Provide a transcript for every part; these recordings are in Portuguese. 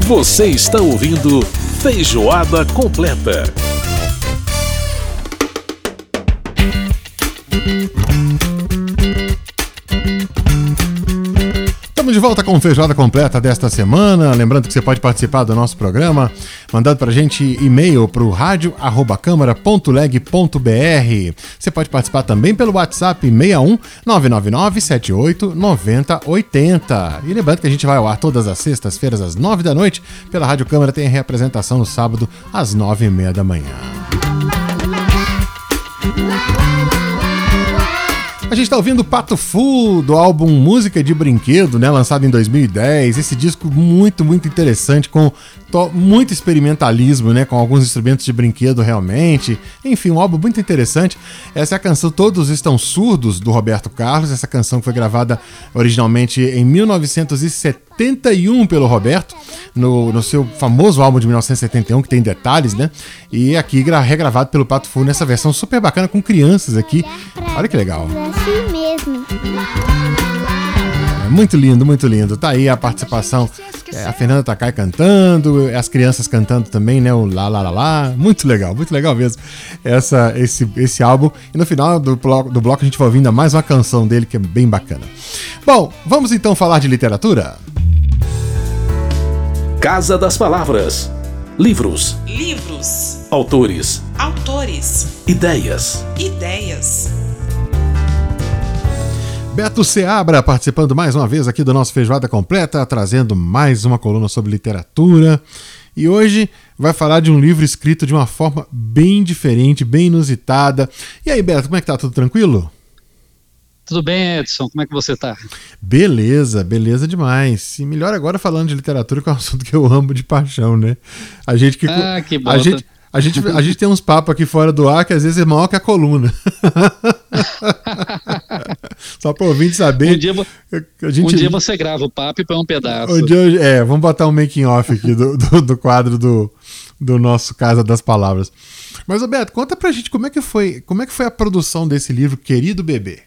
Você está ouvindo Feijoada Completa. Estamos de volta com Feijoada Completa desta semana. Lembrando que você pode participar do nosso programa mandando pra gente e-mail pro radio@câmara.leg.br. Você pode participar também pelo WhatsApp 61 999 78 90 80. E lembrando que a gente vai ao ar todas as sextas-feiras às 9 da noite. Pela Rádio Câmara tem a reapresentação no sábado às 9h30 da manhã. A gente está ouvindo Pato Fu, do álbum Música de Brinquedo, né, lançado em 2010. Esse disco muito interessante, com muito experimentalismo, né, com alguns instrumentos de brinquedo realmente. Enfim, um álbum muito interessante. Essa é a canção Todos Estão Surdos, do Roberto Carlos. Essa canção foi gravada originalmente em 1971 pelo Roberto, no seu famoso álbum de 1971, que tem detalhes, né? E aqui regravado pelo Pato Fu nessa versão super bacana com crianças aqui. Olha que legal. Assim mesmo. É muito lindo. Tá aí a participação, a Fernanda Takai cantando, as crianças cantando também, né? O lá, lá, lá, lá. Muito legal mesmo esse álbum. E no final do bloco a gente vai ouvindo mais uma canção dele que é bem bacana. Bom, vamos então falar de literatura? Casa das Palavras. Livros. Autores. Ideias. Beto Seabra participando mais uma vez aqui do nosso Feijoada Completa, trazendo mais uma coluna sobre literatura. E hoje vai falar de um livro escrito de uma forma bem diferente, bem inusitada. E aí, Beto, como é que tá? Tudo tranquilo? Tudo bem, Edson? Como é que você tá? Beleza demais. E melhor agora falando de literatura, que é um assunto que eu amo de paixão, né? Que bom. A gente tem uns papos aqui fora do ar que às vezes é maior que a coluna. Só para ouvir saber. Um dia você grava o papo e põe um pedaço. Vamos botar um making off aqui do quadro do nosso Casa das Palavras. Mas, Roberto, conta pra gente como é que foi a produção desse livro, Querido Bebê.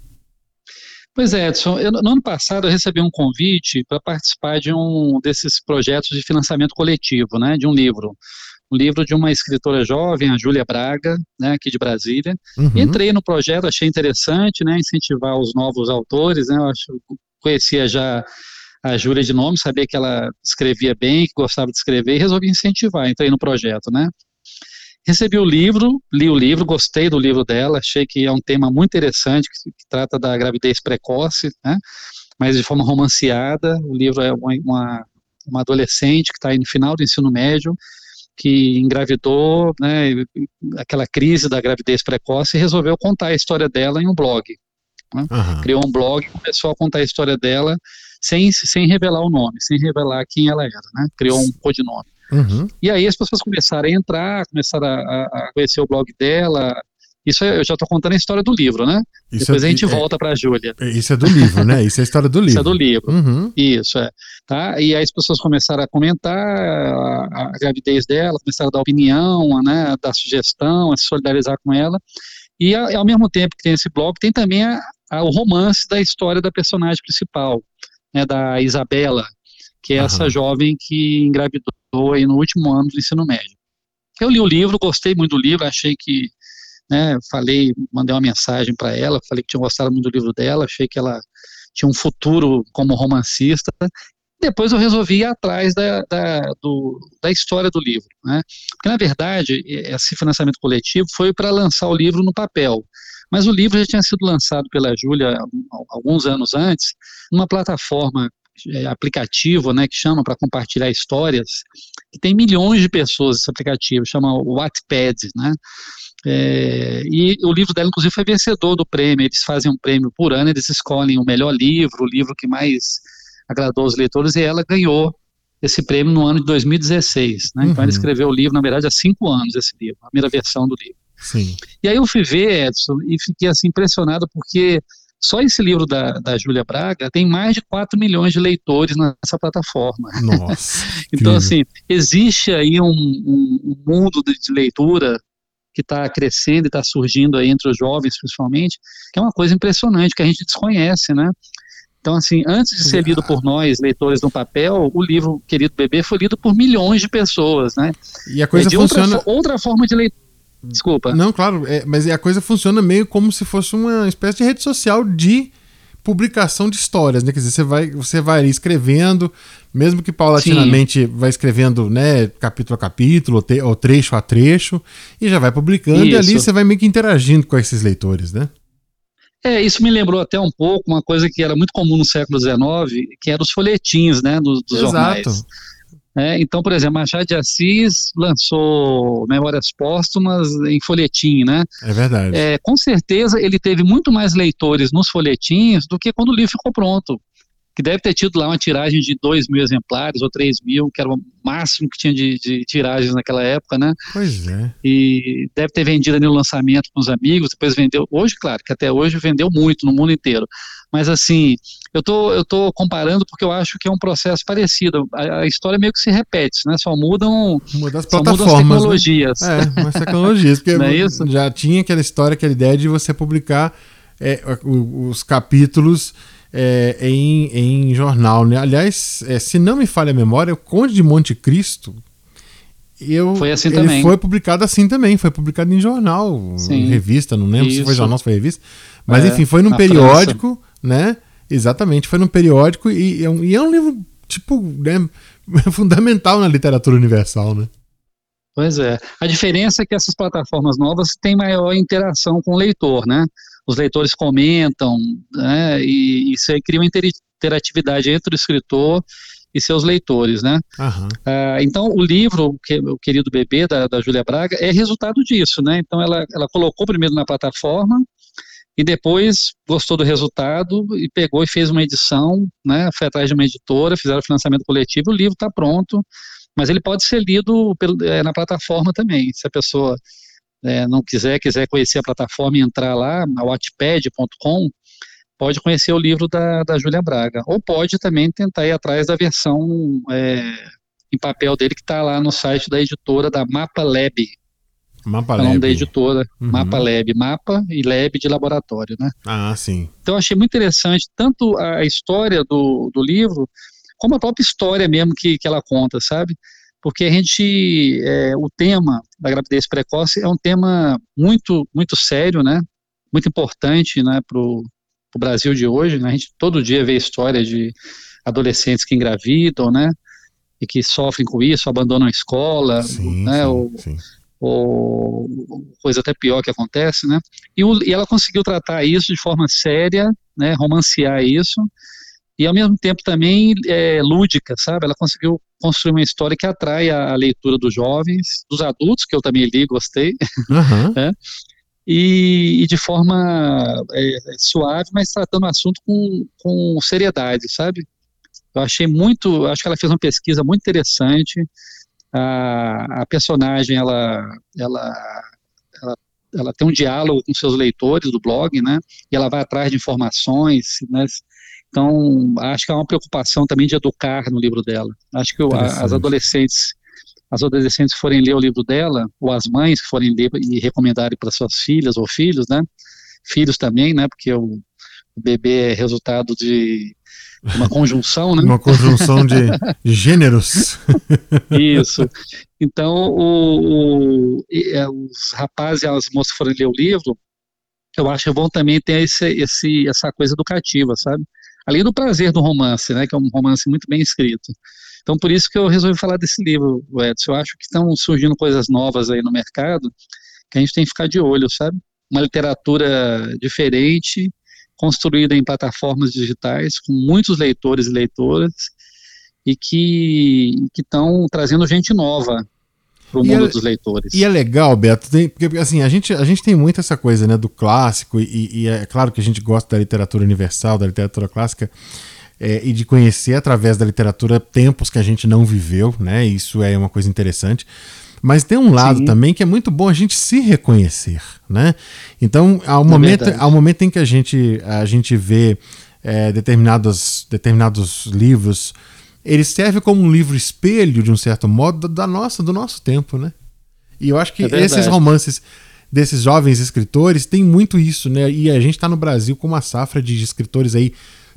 Pois é, Edson, no ano passado eu recebi um convite para participar de um desses projetos de financiamento coletivo, né, de um livro de uma escritora jovem, a Júlia Braga, né, aqui de Brasília. Entrei no projeto, achei interessante, né, incentivar os novos autores, né, conhecia já a Júlia de nome, sabia que ela escrevia bem, que gostava de escrever, e resolvi incentivar, entrei no projeto, né. Recebi o livro, li o livro, gostei do livro dela, achei que é um tema muito interessante, que trata da gravidez precoce, né, mas de forma romanceada. O livro é uma adolescente que está no final do ensino médio, que engravidou, né, aquela crise da gravidez precoce, e resolveu contar a história dela em um blog, né? Criou um blog e começou a contar a história dela sem revelar o nome, sem revelar quem ela era, né? Criou um codinome. E aí as pessoas começaram a entrar, começaram a conhecer o blog dela. Isso eu já estou contando a história do livro, né? Depois a gente volta para a Júlia. Isso é do livro, né? Isso é a história do livro. Isso é do livro. Isso, é. Tá? E aí as pessoas começaram a comentar a gravidez dela, começaram a dar opinião, né? Dar sugestão, a se solidarizar com ela. E ao mesmo tempo que tem esse blog, tem também o romance da história da personagem principal, né? Da Isabela, que é essa jovem que engravidou aí no último ano do ensino médio. Eu li o livro, gostei muito do livro, achei que, né, mandei uma mensagem para ela, falei que tinha gostado muito do livro dela, achei que ela tinha um futuro como romancista. Depois eu resolvi ir atrás da história do livro, né? Porque, na verdade, esse financiamento coletivo foi para lançar o livro no papel, mas o livro já tinha sido lançado pela Júlia alguns anos antes, numa plataforma aplicativo, né, que chama para compartilhar histórias, que tem milhões de pessoas esse aplicativo, chama Wattpad, né? E o livro dela, inclusive, foi vencedor do prêmio. Eles fazem um prêmio por ano, eles escolhem o melhor livro, o livro que mais agradou os leitores, e ela ganhou esse prêmio no ano de 2016, né? Então ela escreveu o livro, na verdade, há 5 anos, esse livro, a primeira versão do livro. Sim. E aí eu fui ver, Edson, e fiquei assim impressionado, porque só esse livro da Júlia Braga tem mais de 4 milhões de leitores nessa plataforma. Nossa. Então, assim, existe aí um mundo de leitura que está crescendo e está surgindo aí entre os jovens, principalmente, que é uma coisa impressionante, que a gente desconhece, né? Então, assim, antes de ser lido por nós, leitores no papel, o livro Querido Bebê foi lido por milhões de pessoas, né? E a coisa funciona... Outra forma de leitura. Desculpa. Não, claro, mas a coisa funciona meio como se fosse uma espécie de rede social de publicação de histórias, né? Quer dizer, você vai ali escrevendo, mesmo que paulatinamente vai escrevendo, né, capítulo a capítulo, ou trecho a trecho, e já vai publicando, e ali você vai meio que interagindo com esses leitores, né? Isso me lembrou até um pouco uma coisa que era muito comum no século XIX, que eram os folhetins, né, dos jornais. Então, por exemplo, Machado de Assis lançou Memórias Póstumas em folhetim, né? É verdade. Com certeza ele teve muito mais leitores nos folhetins do que quando o livro ficou pronto, que deve ter tido lá uma tiragem de 2.000 exemplares ou 3.000, que era o máximo que tinha de tiragens naquela época, né? Pois é. E deve ter vendido ali no lançamento com os amigos, depois vendeu, hoje, claro, que até hoje vendeu muito no mundo inteiro. Mas assim, eu tô comparando porque eu acho que é um processo parecido. A história meio que se repete, né? Só mudam as plataformas, as tecnologias. Né? Umas tecnologias, porque não é isso? Já tinha aquela história, aquela ideia de você publicar os capítulos em jornal, né? Aliás, se não me falha a memória, o Conde de Monte Cristo foi assim ele também. foi publicado assim também, foi publicado em jornal, em revista, não lembro se foi jornal, se foi revista, mas enfim, foi num periódico, França, né? Exatamente, foi num periódico e é um livro, tipo, né, fundamental na literatura universal, né? Pois é. A diferença é que essas plataformas novas têm maior interação com o leitor, né? Os leitores comentam, né? E isso aí cria uma interatividade entre o escritor e seus leitores, né? Uhum. Então, o livro, o Querido Bebê, da Júlia Braga, é resultado disso, né? Então, ela colocou primeiro na plataforma e depois gostou do resultado e pegou e fez uma edição, né? Foi atrás de uma editora, fizeram o financiamento coletivo, o livro está pronto, mas ele pode ser lido na plataforma também. Se a pessoa não quiser conhecer a plataforma e entrar lá, na wattpad.com, pode conhecer o livro da Júlia Braga. Ou pode também tentar ir atrás da versão em papel dele, que está lá no site da editora da Mapa Lab. Mapa Lab. É o nome da editora, Mapa Lab. Mapa e Lab de laboratório, né? Ah, sim. Então, eu achei muito interessante tanto a história do livro, como a própria história mesmo que ela conta, sabe? Porque o tema da gravidez precoce é um tema muito, muito sério, né? Muito importante, né, para o Brasil de hoje, né? A gente todo dia vê história de adolescentes que engravidam, né? E que sofrem com isso, abandonam a escola, sim, né? Sim. Ou coisa até pior que acontece, né? E ela conseguiu tratar isso de forma séria, né? Romancear isso. E ao mesmo tempo também lúdica, sabe? Ela conseguiu construir uma história que atrai a leitura dos jovens, dos adultos, que eu também li, gostei, né? E de forma suave, mas tratando o assunto com seriedade, sabe? Acho que ela fez uma pesquisa muito interessante. A personagem, ela tem um diálogo com seus leitores do blog, né? E ela vai atrás de informações, né? Então, acho que há uma preocupação também de educar no livro dela. Acho que as adolescentes forem ler o livro dela, ou as mães que forem ler e recomendarem para suas filhas ou filhos, né? Filhos também, né? Porque o bebê é resultado de uma conjunção, né? Uma conjunção de gêneros. Isso. Então, os rapazes e as moças que forem ler o livro, eu acho que vão também ter essa coisa educativa, sabe? Além do prazer do romance, né, que é um romance muito bem escrito. Então, por isso que eu resolvi falar desse livro, Edson. Eu acho que estão surgindo coisas novas aí no mercado que a gente tem que ficar de olho, sabe? Uma literatura diferente, construída em plataformas digitais, com muitos leitores e leitoras, e que estão trazendo gente nova para o mundo dos leitores. E é legal, Beto, porque assim, a gente tem muito essa coisa, né, do clássico, e é claro que a gente gosta da literatura universal, da literatura clássica, e de conhecer através da literatura tempos que a gente não viveu, né? Isso é uma coisa interessante. Mas tem um lado também que é muito bom a gente se reconhecer, né? Então, ao momento em que a gente vê determinados livros, ele serve como um livro espelho, de um certo modo, do nosso tempo, né? E eu acho que esses romances desses jovens escritores tem muito isso, né? E a gente está no Brasil com uma safra de escritores aí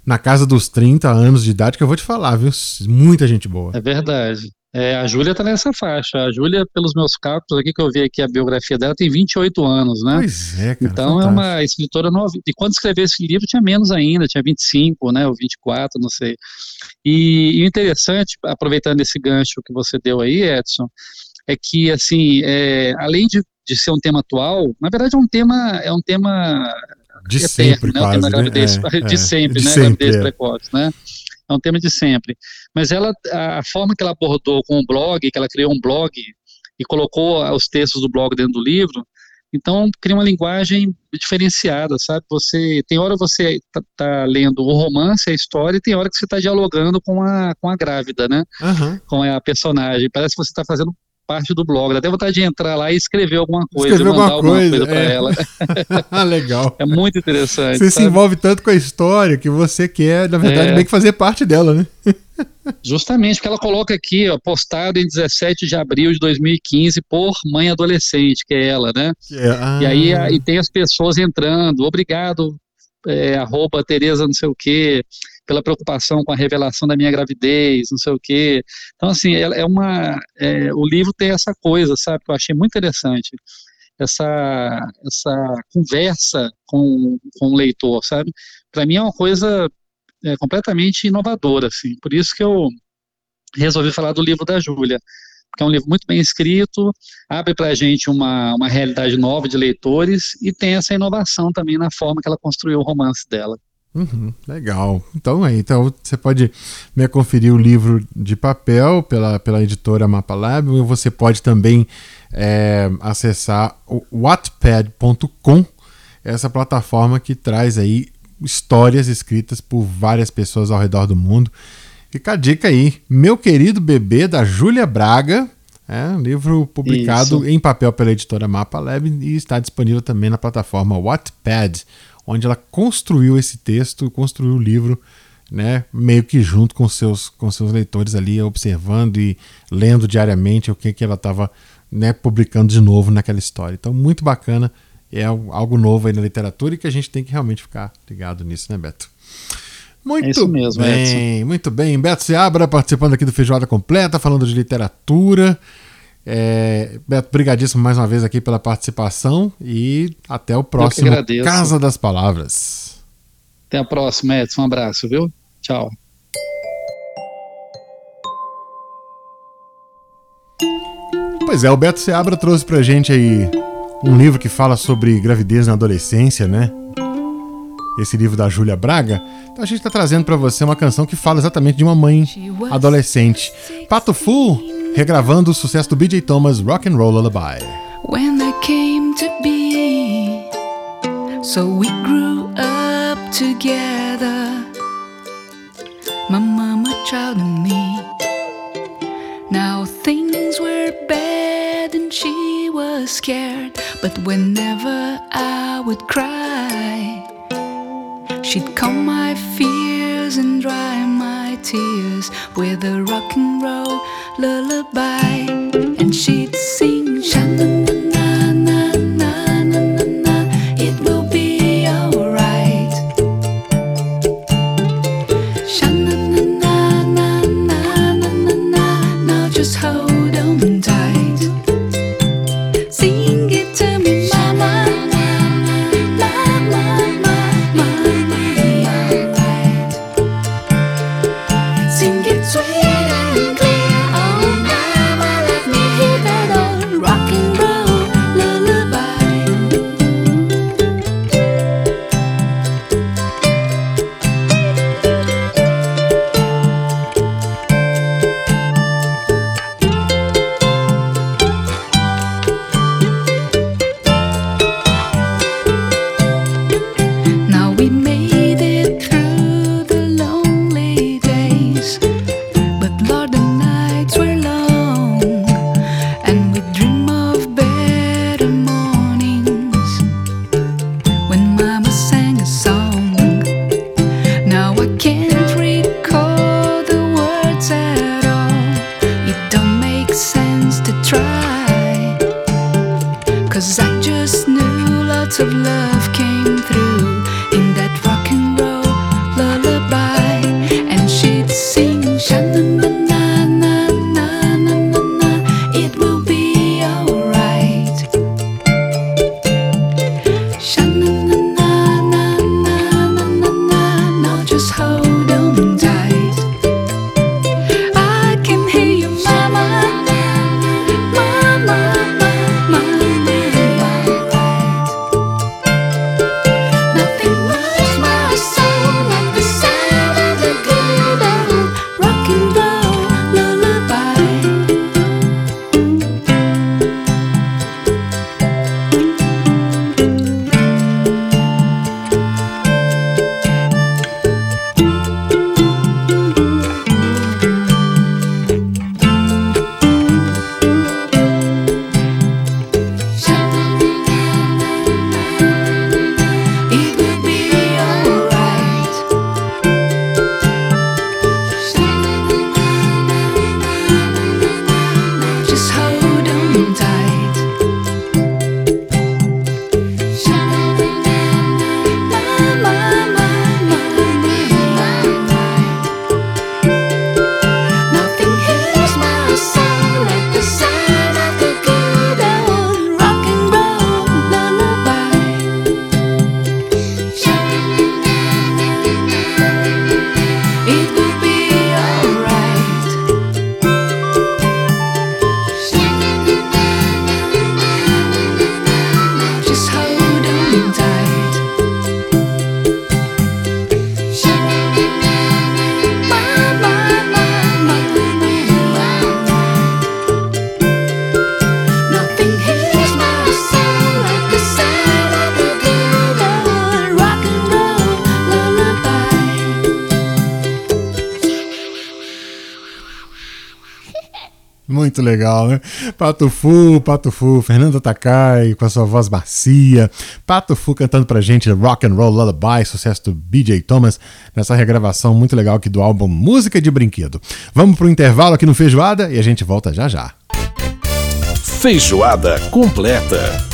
na casa dos 30 anos de idade, que eu vou te falar, viu? Muita gente boa. É verdade. A Júlia está nessa faixa. A Júlia, pelos meus cálculos aqui, que eu vi aqui a biografia dela, tem 28 anos, né? Pois é, cara. Então fantástico. É uma escritora nova. E quando escreveu esse livro tinha menos ainda, tinha 25, né? Ou 24, não sei. E o interessante, aproveitando esse gancho que você deu aí, Edson, é que, assim, além de ser um tema atual, na verdade é um tema de eterno, sempre, né? quase, O tema da gravidez, de sempre, né? Gravidez precoce, né? É um tema de sempre. Mas a forma que ela abordou com o blog, que ela criou um blog e colocou os textos do blog dentro do livro, então cria uma linguagem diferenciada, sabe? Tem hora você tá lendo o romance, a história, e tem hora que você está dialogando com a grávida, né? Uhum. Com a personagem. Parece que você está fazendo parte do blog. Dá até vontade de entrar lá e escrever alguma coisa, mandar alguma coisa para ela. Legal. É muito interessante. Você se envolve tanto com a história que você quer, na verdade, meio que fazer parte dela, né? Justamente, porque ela coloca aqui, ó, postado em 17 de abril de 2015 por mãe adolescente, que é ela, né? E aí tem as pessoas entrando, obrigado, arroba Tereza não sei o quê, pela preocupação com a revelação da minha gravidez, não sei o quê. Então, assim, o livro tem essa coisa, sabe, que eu achei muito interessante, essa conversa com o leitor, sabe? Para mim é uma coisa completamente inovadora, assim, por isso que eu resolvi falar do livro da Júlia, porque é um livro muito bem escrito, abre para a gente uma realidade nova de leitores e tem essa inovação também na forma que ela construiu o romance dela. Legal. Então você pode conferir o livro de papel pela editora Mapalab, ou você pode também acessar o wattpad.com, essa plataforma que traz aí histórias escritas por várias pessoas ao redor do mundo. Fica a dica aí, Meu Querido Bebê, da Júlia Braga, um livro publicado em papel pela editora Mapalab e está disponível também na plataforma Wattpad, onde ela construiu esse texto, construiu o livro, né, meio que junto com seus leitores ali, observando e lendo diariamente o que ela estava, né, publicando de novo naquela história. Então, muito bacana, é algo novo aí na literatura e que a gente tem que realmente ficar ligado nisso, né, Beto? Muito isso mesmo, bem, Edson. Muito bem. Beto Seabra participando aqui do Feijoada Completa, falando de literatura. Beto, brigadíssimo mais uma vez aqui pela participação e até o próximo Casa das Palavras. Até a próxima, Edson. Um abraço, viu? Tchau. Pois é, o Beto Seabra trouxe pra gente aí um livro que fala sobre gravidez na adolescência, né? Esse livro da Júlia Braga. Então a gente tá trazendo pra você uma canção que fala exatamente de uma mãe adolescente. Pato Fu, regravando o sucesso do B.J. Thomas, Rock and Roll Lullaby. When I came to be, so we grew up together, my mama, child and me. Now things were bad and she was scared, but whenever I would cry, she'd calm my fears and dry my tears with a rock and roll lullaby. And she'd sing sha-na-na-na-na-na-na-na, it will be alright. Sha-na-na-na-na-na-na-na, now just hold on tight. Sing it to me, mama. Of love came through in that rock and roll lullaby. Muito legal, né? Pato Fu, Fernanda Takai com a sua voz macia, Pato Fu cantando pra gente Rock and Roll Lullaby, sucesso do B.J. Thomas, nessa regravação muito legal aqui do álbum Música de Brinquedo. Vamos pro intervalo aqui no Feijoada e a gente volta já já. Feijoada completa.